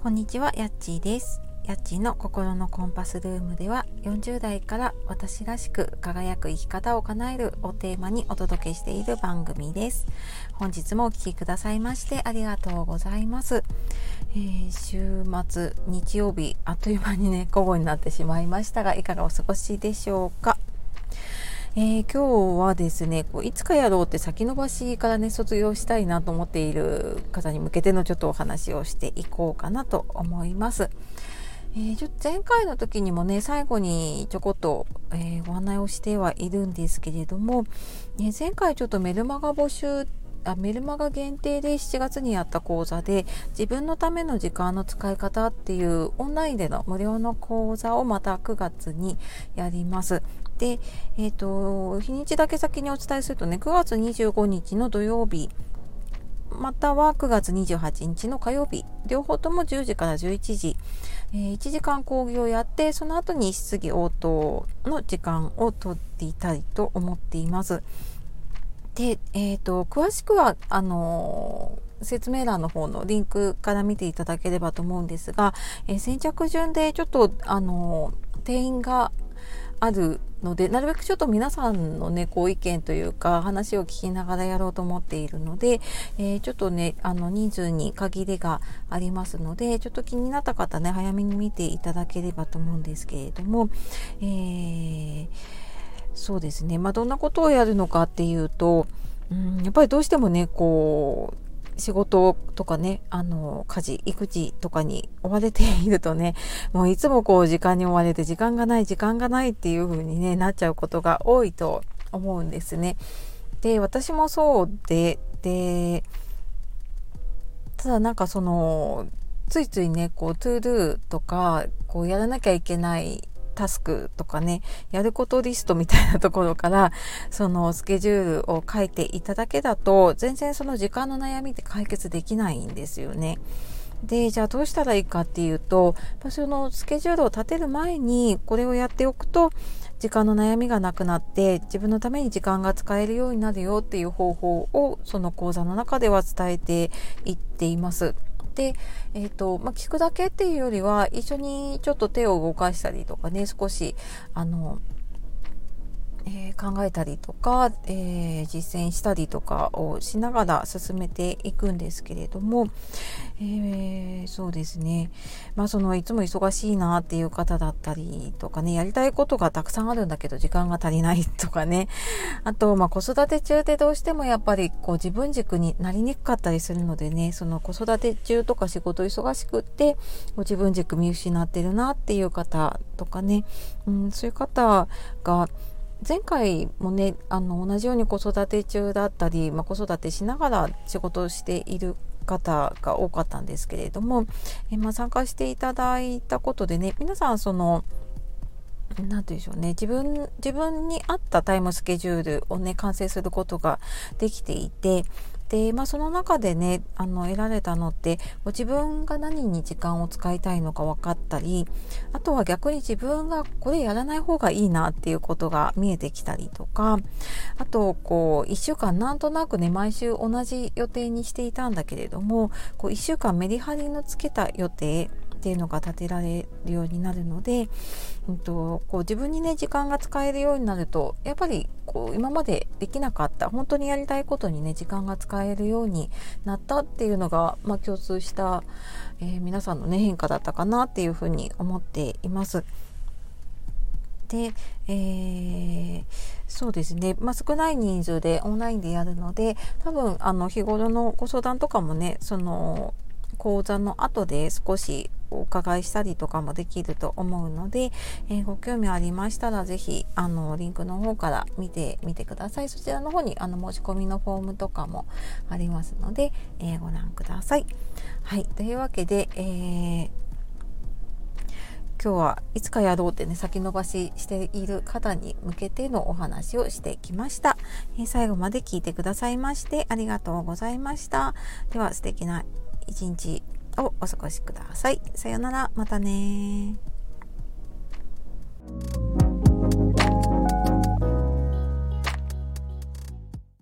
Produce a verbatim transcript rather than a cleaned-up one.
こんにちは、やっちーです。やっちーの心のコンパスルームでは、よんじゅう代から私らしく輝く生き方を叶えるをテーマにお届けしている番組です。本日もお聞きくださいましてありがとうございます。えー、週末日曜日、あっという間にね午後になってしまいましたが、いかがお過ごしでしょうか。えー、今日はですね、こういつかやろうって先延ばしからね卒業したいなと思っている方に向けてのちょっとお話をしていこうかなと思います。えー、ちょっと前回の時にもね最後にちょこっと、えー、ご案内をしてはいるんですけれども、えー、前回ちょっとメルマガ募集あメルマガ限定でしちがつにやった講座で、自分のための時間の使い方っていうオンラインでの無料の講座をまたくがつにやります。で、えーと、日にちだけ先にお伝えするとね、くがつにじゅうごにちの土曜日またはくがつにじゅうはちにちの火曜日、両方ともじゅうじからじゅういちじ、えー、いちじかん講義をやって、その後に質疑応答の時間を取っていたいと思っています。で、えーと、詳しくはあのー、説明欄の方のリンクから見ていただければと思うんですが、えー、先着順でちょっとあのー、定員があるので、なるべくちょっと皆さんのねご意見というか話を聞きながらやろうと思っているので、えー、ちょっとねあの人数に限りがありますので、ちょっと気になった方ね早めに見ていただければと思うんですけれども、えー、そうですね、まあどんなことをやるのかっていうと、うん、やっぱりどうしてもねこう仕事とかね、あの家事育児とかに追われているとね、もういつもこう時間に追われて時間がない時間がないっていう風に、ね、なっちゃうことが多いと思うんですね。で、私もそうで、でただなんかそのついついねこうトゥードゥとかこうやらなきゃいけないタスクとかね、やることリストみたいなところからそのスケジュールを書いていただけだと、全然その時間の悩みって解決できないんですよね。で、じゃあどうしたらいいかっていうと、そのスケジュールを立てる前にこれをやっておくと時間の悩みがなくなって自分のために時間が使えるようになるよっていう方法をその講座の中では伝えていっています。で、えーとまあ、聞くだけっていうよりは一緒にちょっと手を動かしたりとかね、少しあのえー、考えたりとか、えー、実践したりとかをしながら進めていくんですけれども、えー、そうですね、まあそのいつも忙しいなっていう方だったりとかね、やりたいことがたくさんあるんだけど時間が足りないとかね、あとまあ子育て中でどうしてもやっぱりこう自分軸になりにくかったりするのでね、その子育て中とか仕事忙しくってこう自分軸見失ってるなっていう方とかね、うん、そういう方が前回もねあの同じように子育て中だったり、まあ、子育てしながら仕事をしている方が多かったんですけれども、えまあ、参加していただいたことでね、皆さんそのなんていうんでしょうね、自分自分に合ったタイムスケジュールをね完成することができていて、で、まあ、その中でねあの得られたのって自分が何に時間を使いたいのか分かったり、あとは逆に自分がこれやらない方がいいなっていうことが見えてきたりとか、あとこういっしゅうかんなんとなくね毎週同じ予定にしていたんだけれども、こういっしゅうかんメリハリのつけた予定っていうのが立てられるようになるので、うんと、こう自分にね時間が使えるようになると、やっぱりこう今までできなかった本当にやりたいことにね時間が使えるようになったっていうのが、まあ、共通した、えー、皆さんのね変化だったかなっていうふうに思っています。で、えー、そうですね、まあ、少ない人数でオンラインでやるので、多分あの日頃のご相談とかもねその講座の後で少しお伺いしたりとかもできると思うので、えー、ご興味ありましたらぜひあのリンクの方から見てみてください。そちらの方にあの申し込みのフォームとかもありますので、えー、ご覧ください。はい、というわけで、えー今日はいつかやろうってね先延ばししている方に向けてのお話をしてきました。えー、最後まで聞いてくださいましてありがとうございました。では素敵な一日をお過ごしください。さようなら、またね。